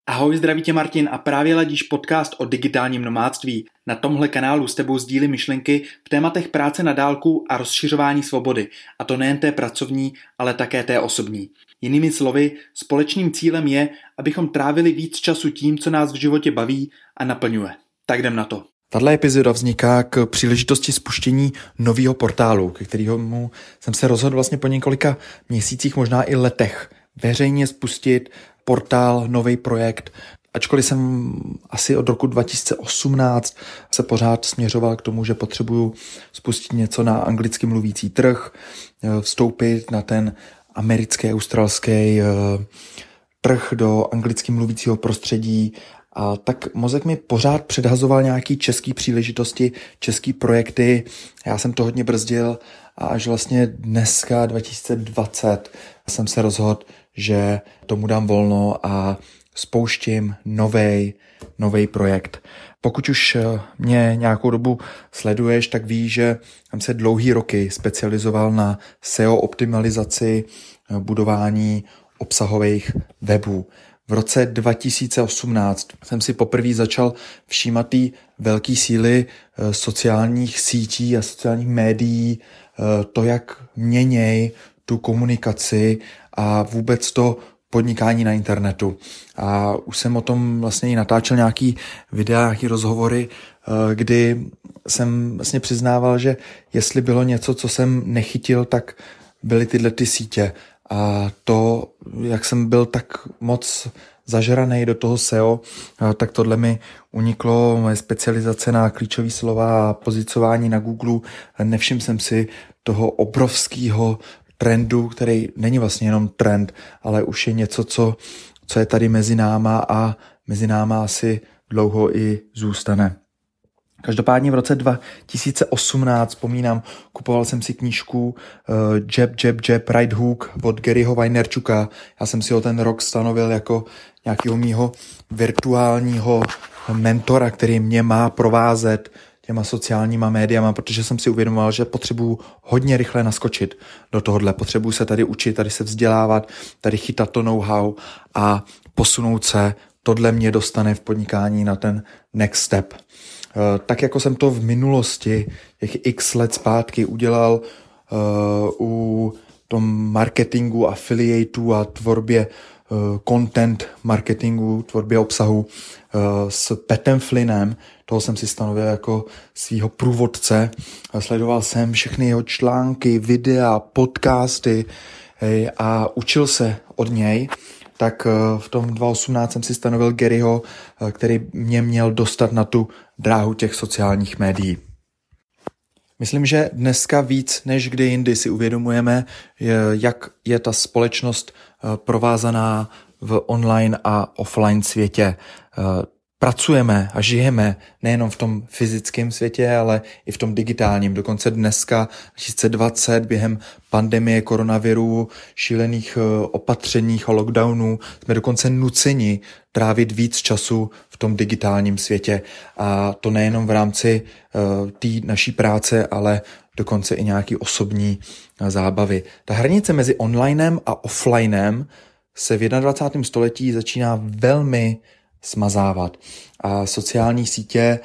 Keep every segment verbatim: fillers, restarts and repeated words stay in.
Ahoj, zdraví tě Martin a právě ladíš podcast o digitálním nomádství. Na tomhle kanálu s tebou sdílím myšlenky v tématech práce na dálku a rozšiřování svobody. A to nejen té pracovní, ale také té osobní. Jinými slovy, společným cílem je, abychom trávili víc času tím, co nás v životě baví a naplňuje. Tak jdem na to. Tato epizoda vzniká k příležitosti spuštění nového portálu, ke kterému jsem se rozhodl vlastně po několika měsících, možná i letech, veřejně spustit portál, nový projekt. Ačkoliv jsem asi od roku dva tisíce osmnáct se pořád směřoval k tomu, že potřebuju spustit něco na anglicky mluvící trh, vstoupit na ten americký, australský trh do anglicky mluvícího prostředí, a tak mozek mi pořád předhazoval nějaký český příležitosti, český projekty. Já jsem to hodně brzdil a až vlastně dneska dva tisíce dvacet jsem se rozhodl, že tomu dám volno a spouštím novej, novej projekt. Pokud už mě nějakou dobu sleduješ, tak víš, že jsem se dlouhý roky specializoval na S E O optimalizaci, budování obsahových webů. V roce dva tisíce osmnáct jsem si poprvé začal všímat té velké síly sociálních sítí a sociálních médií, to, jak měněj tu komunikaci a vůbec to podnikání na internetu. A už jsem o tom vlastně i natáčel nějaký videa, nějaký rozhovory, kdy jsem vlastně přiznával, že jestli bylo něco, co jsem nechytil, tak byly tyhle ty sítě. A to, jak jsem byl tak moc zažranej do toho S E O, tak tohle mi uniklo, moje specializace na klíčové slova a pozicování na Google. Nevšiml jsem si toho obrovského trendu, který není vlastně jenom trend, ale už je něco, co, co je tady mezi náma a mezi náma asi dlouho i zůstane. Každopádně v roce dva tisíce osmnáct, vzpomínám, kupoval jsem si knížku uh, Jab, Jab, Jab, Right Hook od Garyho Vaynerchuka. Já jsem si ho ten rok stanovil jako nějakého mýho virtuálního mentora, který mě má provázet těma sociálníma médiama, protože jsem si uvědomoval, že potřebuju hodně rychle naskočit do tohohle. Potřebuju se tady učit, tady se vzdělávat, tady chytat to know-how a posunout se. Tohle mě dostane v podnikání na ten next step. Tak jako jsem to v minulosti, těch x let zpátky udělal uh, u tom marketingu, affiliatů a tvorbě uh, content marketingu, tvorbě obsahu uh, s Petem Flynnem, toho jsem si stanovil jako svýho průvodce. Sledoval jsem všechny jeho články, videa, podcasty hej, a učil se od něj. Tak v tom dva tisíce osmnáct jsem si stanovil Garyho, který mě měl dostat na tu dráhu těch sociálních médií. Myslím, že dneska víc než kdy jindy si uvědomujeme, jak je ta společnost provázaná v online a offline světě. Pracujeme a žijeme nejenom v tom fyzickém světě, ale i v tom digitálním. Dokonce dneska, dva tisíce dvacet, během pandemie koronaviru, šílených opatřeních a lockdownů, jsme dokonce nuceni trávit víc času v tom digitálním světě. A to nejenom v rámci uh, té naší práce, ale dokonce i nějaký osobní uh, zábavy. Ta hranice mezi onlinem a offlinem se v dvacátém prvním století začíná velmi smazávat. A sociální sítě,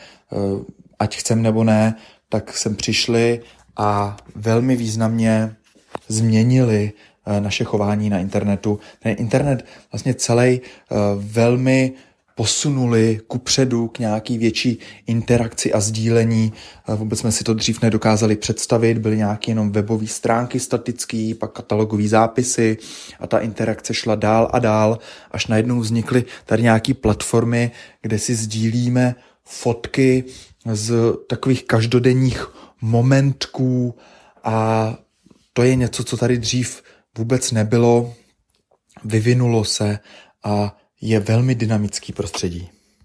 ať chcem nebo ne, tak sem přišli a velmi významně změnili naše chování na internetu. Ten internet vlastně celý velmi posunuli kupředu k nějaký větší interakci a sdílení. Vůbec jsme si to dřív nedokázali představit, byly nějaké jenom webové stránky statické, pak katalogové zápisy a ta interakce šla dál a dál, až najednou vznikly tady nějaké platformy, kde si sdílíme fotky z takových každodenních momentků a to je něco, co tady dřív vůbec nebylo, vyvinulo se a je velmi dynamický prostředí.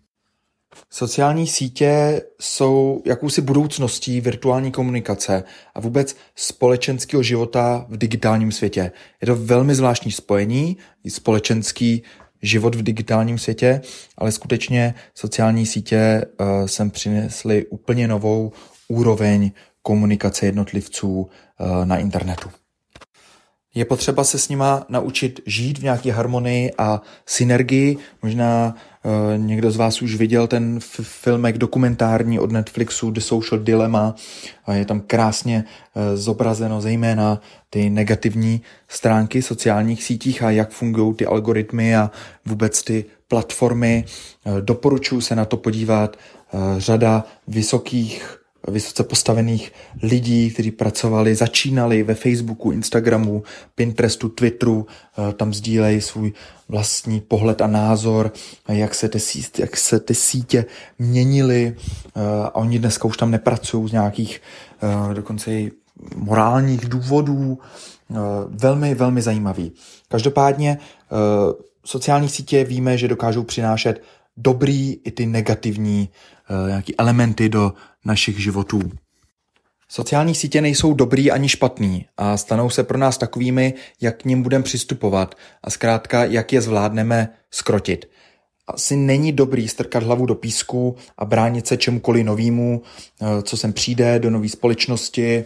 Sociální sítě jsou jakousi budoucností virtuální komunikace a vůbec společenského života v digitálním světě. Je to velmi zvláštní spojení, společenský život v digitálním světě, ale skutečně sociální sítě uh, sem přinesly úplně novou úroveň komunikace jednotlivců uh, na internetu. Je potřeba se s nima naučit žít v nějaké harmonii a synergii. Možná uh, někdo z vás už viděl ten f- filmek dokumentární od Netflixu The Social Dilemma. A je tam krásně uh, zobrazeno zejména ty negativní stránky sociálních sítích a jak fungují ty algoritmy a vůbec ty platformy. Uh, doporučuji se na to podívat. Uh, řada vysokých vysoce postavených lidí, kteří pracovali, začínali ve Facebooku, Instagramu, Pinterestu, Twitteru, tam sdílejí svůj vlastní pohled a názor, jak se ty, jak se ty sítě měnily a oni dneska už tam nepracují z nějakých dokonce i morálních důvodů. Velmi, velmi zajímavý. Každopádně sociální sítě víme, že dokážou přinášet dobrý i ty negativní nějaký elementy do našich životů. Sociální sítě nejsou dobrý ani špatný a stanou se pro nás takovými, jak k nim budeme přistupovat a zkrátka, jak je zvládneme zkrotit. Asi není dobrý strkat hlavu do písku a bránit se čemukoliv novému, co sem přijde do nové společnosti,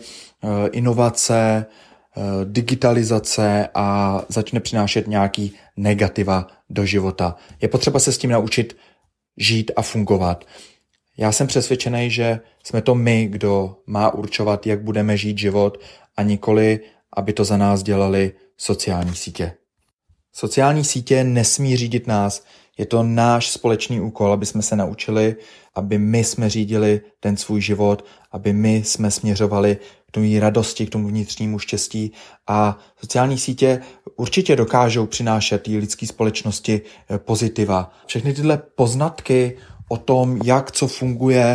inovace, digitalizace a začne přinášet nějaký negativa do života. Je potřeba se s tím naučit žít a fungovat. Já jsem přesvědčený, že jsme to my, kdo má určovat, jak budeme žít život a nikoli, aby to za nás dělali sociální sítě. Sociální sítě nesmí řídit nás, je to náš společný úkol, aby jsme se naučili, aby my jsme řídili ten svůj život, aby my jsme směřovali k tomu radosti, k tomu vnitřnímu štěstí a sociální sítě určitě dokážou přinášet té lidské společnosti pozitiva. Všechny tyhle poznatky o tom, jak co funguje,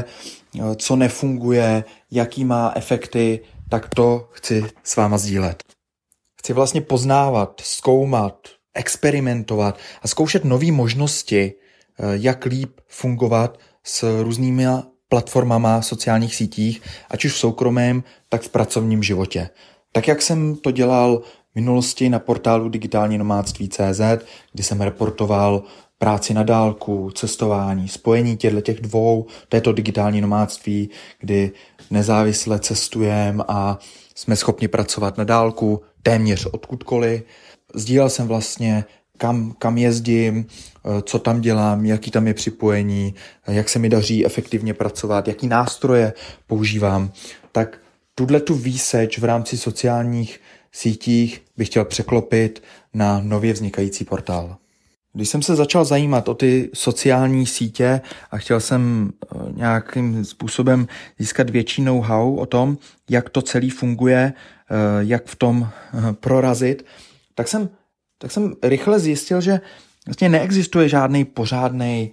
co nefunguje, jaký má efekty, tak to chci s váma sdílet. Chci vlastně poznávat, zkoumat, experimentovat a zkoušet nové možnosti, jak líp fungovat s různými platformama sociálních sítích, ať už v soukromém, tak v pracovním životě. Tak jak jsem to dělal v minulosti na portálu digitální nomádství tečka cé zet, kdy jsem reportoval práci na dálku, cestování, spojení těchto těch dvou, této digitální nomádství, kdy nezávisle cestujeme a jsme schopni pracovat na dálku téměř odkudkoliv. Sdílel jsem vlastně, kam, kam jezdím, co tam dělám, jaký tam je připojení, jak se mi daří efektivně pracovat, jaký nástroje používám. Tak tuhletu výseč v rámci sociálních sítích bych chtěl překlopit na nově vznikající portál. Když jsem se začal zajímat o ty sociální sítě a chtěl jsem nějakým způsobem získat větší know-how o tom, jak to celé funguje, jak v tom prorazit, tak jsem, tak jsem rychle zjistil, že vlastně neexistuje žádný pořádný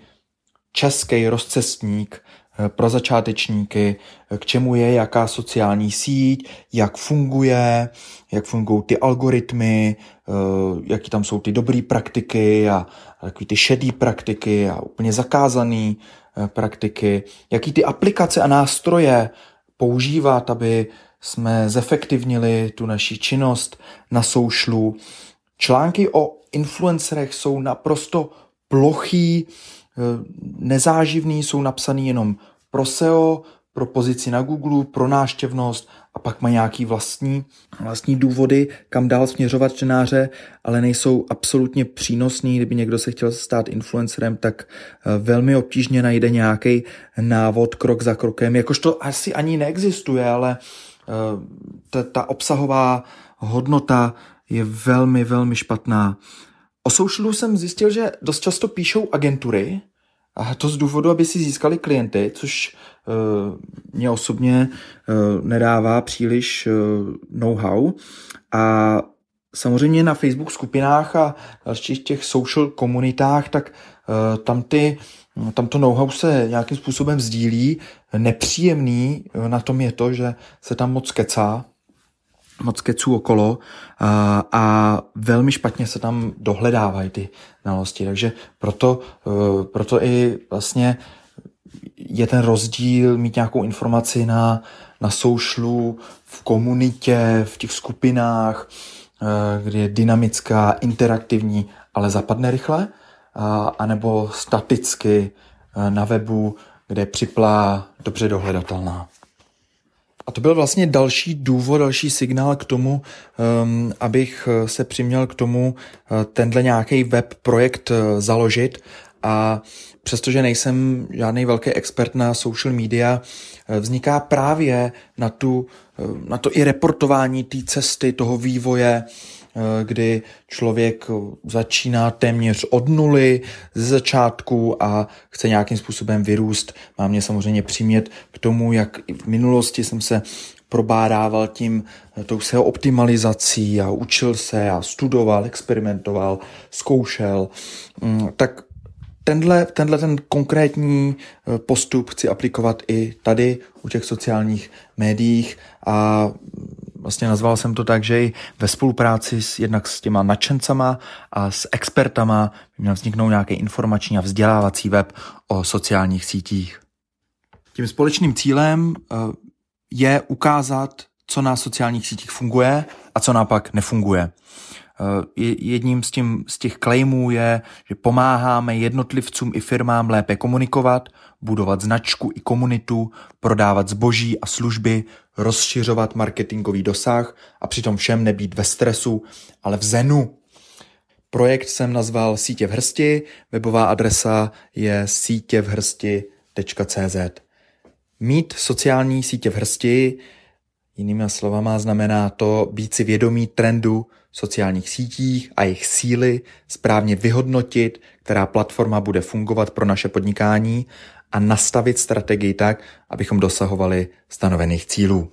český rozcestník pro začátečníky, k čemu je jaká sociální síť, jak funguje, jak fungují ty algoritmy, jaký tam jsou ty dobré praktiky a takový ty šedý praktiky a úplně zakázané praktiky, jaký ty aplikace a nástroje používat, aby jsme zefektivnili tu naši činnost na socialu. Články o influencerech jsou naprosto plochý, nezáživný, jsou napsaný jenom pro S E O, pro pozici na Google, pro návštěvnost a pak má nějaký vlastní, vlastní důvody, kam dál směřovat čtenáře, ale nejsou absolutně přínosný. Kdyby někdo se chtěl stát influencerem, tak velmi obtížně najde nějaký návod krok za krokem, jakož to asi ani neexistuje, ale ta, ta obsahová hodnota je velmi, velmi špatná. O socialu jsem zjistil, že dost často píšou agentury, a to z důvodu, aby si získali klienty, což uh, mě osobně uh, nedává příliš uh, know-how. A samozřejmě na Facebook skupinách a dalších těch social komunitách, tak uh, tam, ty, tam to know-how se nějakým způsobem sdílí. Nepříjemný na tom je to, že se tam moc kecá, moc keců okolo a, a velmi špatně se tam dohledávají ty znalosti. Takže proto, proto i vlastně je ten rozdíl mít nějakou informaci na, na socialu, v komunitě, v těch skupinách, kde je dynamická, interaktivní, ale zapadne rychle, a, anebo staticky na webu, kde je připlá, dobře dohledatelná. A to byl vlastně další důvod, další signál k tomu, um, abych se přiměl k tomu uh, tenhle nějaký web projekt uh, založit. A přestože nejsem žádný velký expert na social media, uh, vzniká právě na, tu, uh, na to i reportování té cesty, toho vývoje, uh, kdy člověk začíná téměř od nuly ze začátku a chce nějakým způsobem vyrůst. Má mě samozřejmě přimět k tomu, jak i v minulosti jsem se probádával tím, tou S E O optimalizací a učil se a studoval, experimentoval, zkoušel. Tak tenhle, tenhle ten konkrétní postup chci aplikovat i tady u těch sociálních médiích a vlastně nazval jsem to tak, že i ve spolupráci s, jednak s těma nadšencama a s expertama měl vzniknout nějaký informační a vzdělávací web o sociálních sítích. Tím společným cílem je ukázat, co na sociálních sítích funguje a co naopak nefunguje. Jedním z, tím, z těch claimů je, že pomáháme jednotlivcům i firmám lépe komunikovat, budovat značku i komunitu, prodávat zboží a služby, rozšiřovat marketingový dosah a přitom všem nebýt ve stresu, ale v zenu. Projekt jsem nazval Sítě v hrsti, webová adresa je sítěvhrsti tečka cé zet. Mít sociální sítě v hrsti, jinými slovama, znamená to být si vědomý trendu sociálních sítích a jejich síly, správně vyhodnotit, která platforma bude fungovat pro naše podnikání a nastavit strategii tak, abychom dosahovali stanovených cílů.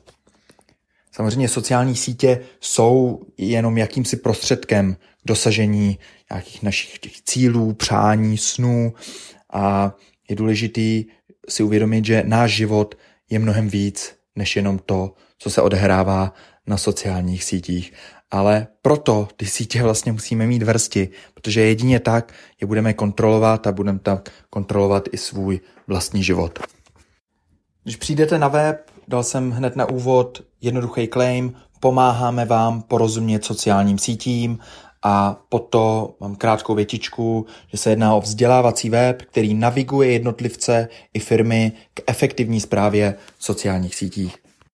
Samozřejmě sociální sítě jsou jenom jakýmsi prostředkem k dosažení nějakých našich těch cílů, přání, snů a je důležitý si uvědomit, že náš život je mnohem víc než jenom to, co se odehrává na sociálních sítích. Ale proto ty sítě vlastně musíme mít v hrsti, protože jedině tak je budeme kontrolovat a budeme tak kontrolovat i svůj vlastní život. Když přijdete na web, dal jsem hned na úvod jednoduchý claim, pomáháme vám porozumět sociálním sítím a po to mám krátkou větičku, že se jedná o vzdělávací web, který naviguje jednotlivce i firmy k efektivní správě sociálních sítích.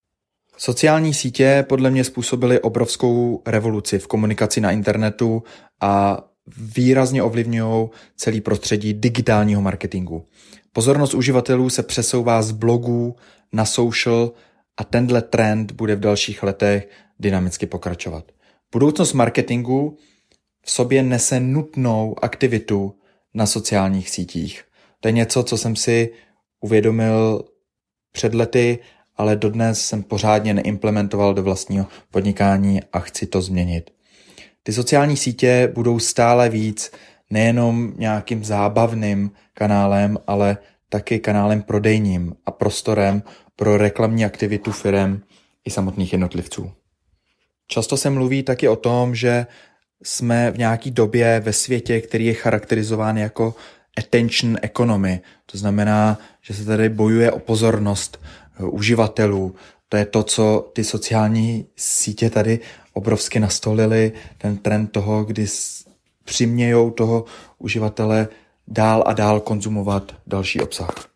Sociální sítě podle mě způsobily obrovskou revoluci v komunikaci na internetu a výrazně ovlivňují celý prostředí digitálního marketingu. Pozornost uživatelů se přesouvá z blogů na social a tenhle trend bude v dalších letech dynamicky pokračovat. Budoucnost marketingu v sobě nese nutnou aktivitu na sociálních sítích. To je něco, co jsem si uvědomil před lety, ale dodnes jsem pořádně neimplementoval do vlastního podnikání a chci to změnit. Ty sociální sítě budou stále víc nejenom nějakým zábavným kanálem, ale taky kanálem prodejním a prostorem pro reklamní aktivitu firem i samotných jednotlivců. Často se mluví taky o tom, že jsme v nějaké době ve světě, který je charakterizován jako attention economy. To znamená, že se tady bojuje o pozornost uživatelů. To je to, co ty sociální sítě tady obrovsky nastolily, ten trend toho, kdy přimějou toho uživatele dál a dál konzumovat další obsah.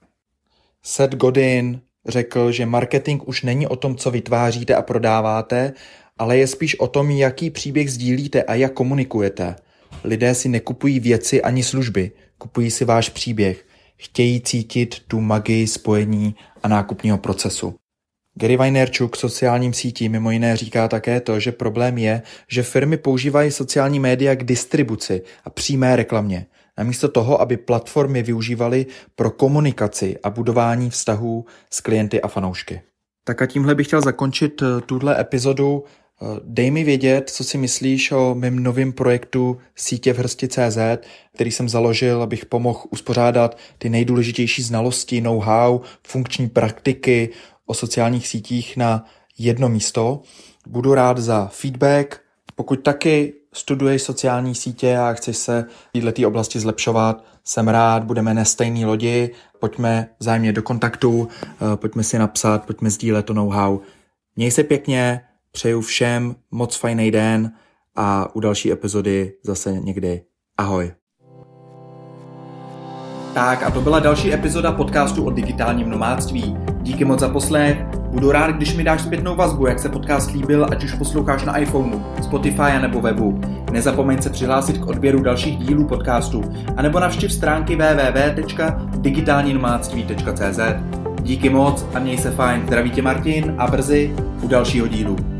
Seth Godin řekl, že marketing už není o tom, co vytváříte a prodáváte, ale je spíš o tom, jaký příběh sdílíte a jak komunikujete. Lidé si nekupují věci ani služby, kupují si váš příběh. Chtějí cítit tu magii spojení a nákupního procesu. Gary Vaynerchuk k sociálním sítím mimo jiné říká také to, že problém je, že firmy používají sociální média k distribuci a přímé reklamě, namísto toho, aby platformy využívaly pro komunikaci a budování vztahů s klienty a fanoušky. Tak a tímhle bych chtěl zakončit tuhle epizodu. Dej mi vědět, co si myslíš o mém novém projektu Sítě v hrsti tečka cé zet, který jsem založil, abych pomohl uspořádat ty nejdůležitější znalosti, know-how, funkční praktiky o sociálních sítích na jedno místo. Budu rád za feedback. Pokud taky studuješ sociální sítě a chceš se v této oblasti zlepšovat, jsem rád, budeme na stejné lodi, pojďme vzájemně do kontaktu, pojďme si napsat, pojďme sdílet to know-how. Měj se pěkně, přeju všem moc fajný den a u další epizody zase někdy. Ahoj. Tak a to byla další epizoda podcastu o digitálním nomádství. Díky moc za poslech, Budu rád, když mi dáš zpětnou vazbu, jak se podcast líbil, ať už posloucháš na iPhoneu, Spotify nebo webu. Nezapomeň se přihlásit k odběru dalších dílů podcastu, anebo navštiv stránky w w w tečka digitální nomádství tečka c z. Díky moc a měj se fajn. Zdraví tě Martin a brzy u dalšího dílu.